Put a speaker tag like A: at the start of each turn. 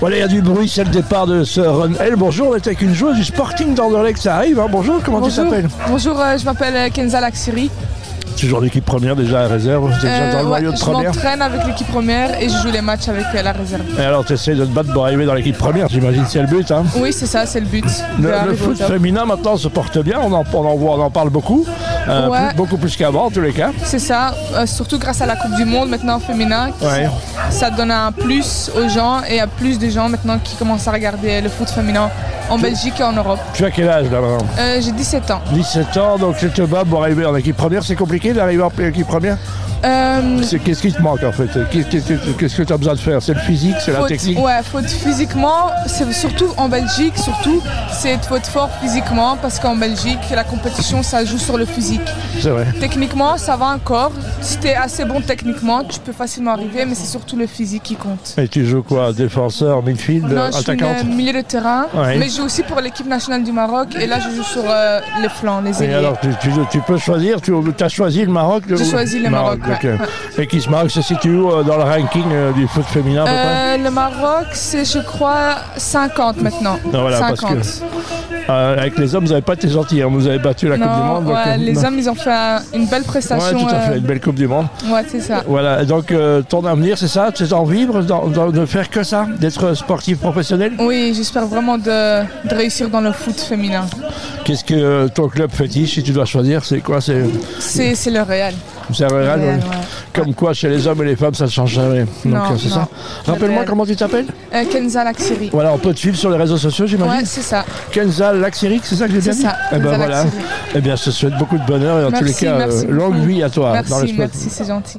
A: Voilà, il y a du bruit, c'est le départ de ce run. Bonjour, on est avec une joueuse du Sporting d'Anderlecht, ça arrive. Hein. Bonjour, comment tu t'appelles?
B: Bonjour, je m'appelle Kenza Laksiri.
A: Toujours l'équipe première déjà à réserve, vous êtes déjà dans le maillot de première?
B: Je m'entraîne avec l'équipe première et je joue les matchs avec la réserve.
A: Et alors tu essaies de te battre pour arriver dans l'équipe première, j'imagine c'est le but hein?
B: Oui c'est ça, c'est le but.
A: Le foot féminin maintenant se porte bien, on en parle beaucoup, beaucoup plus qu'avant en tous les cas.
B: C'est ça, surtout grâce à la Coupe du Monde maintenant féminin, ça donne un plus aux gens et il y a plus de gens maintenant qui commencent à regarder le foot féminin en Belgique et en Europe.
A: Tu as quel âge là maintenant?
B: J'ai 17 ans.
A: 17 ans, donc tu te bats pour arriver en équipe première, c'est compliqué d'arriver en équipe première? Qu'est-ce qui te manque en fait? Qu'est-ce que tu as besoin de faire? C'est le physique, c'est la technique?
B: Ouais, physiquement, c'est surtout en Belgique, c'est de faut être fort physiquement parce qu'en Belgique, la compétition ça joue sur le physique.
A: C'est vrai.
B: Techniquement, ça va encore. Si tu es assez bon techniquement, tu peux facilement arriver, mais c'est surtout le physique qui compte.
A: Et tu joues quoi? Défenseur, midfield, attaquante?
B: Je suis milieu de terrain, mais je joue aussi pour l'équipe nationale du Maroc et là je joue sur les flancs, les ailiers.
A: Et alors tu peux choisir, tu as choisi le Maroc?
B: J'ai choisi le Maroc.
A: Okay. Et qui se situe où dans le ranking du foot féminin à peu près?
B: Le Maroc, c'est je crois 50 maintenant.
A: Non, voilà, 50. Parce que avec les hommes, vous n'avez pas été gentils, hein. Vous avez battu la Coupe du Monde. Donc,
B: les hommes, ils ont fait une belle prestation.
A: Oui, tout à fait, une belle Coupe du Monde.
B: Ouais, c'est ça.
A: Voilà, donc ton avenir, c'est ça? Tu es en vivre, de faire que ça? D'être sportif professionnel?
B: Oui, j'espère vraiment de réussir dans le foot féminin.
A: Qu'est-ce que ton club fétiche, si tu dois choisir, c'est quoi? C'est
B: le Real.
A: C'est le Real, ouais. Comme quoi, chez les hommes et les femmes, ça ne change jamais. Donc, c'est ça. Rappelle-moi comment tu t'appelles?
B: Kenza Laksiri.
A: Voilà, on peut te suivre sur les réseaux sociaux, j'imagine?
B: Ouais, c'est ça.
A: Kenza Laksiri, c'est ça que j'ai bien dit?
B: C'est ça.
A: Et ben voilà. Eh bien, je te souhaite beaucoup de bonheur et en tous les cas, longue vie à toi.
B: Merci, c'est gentil.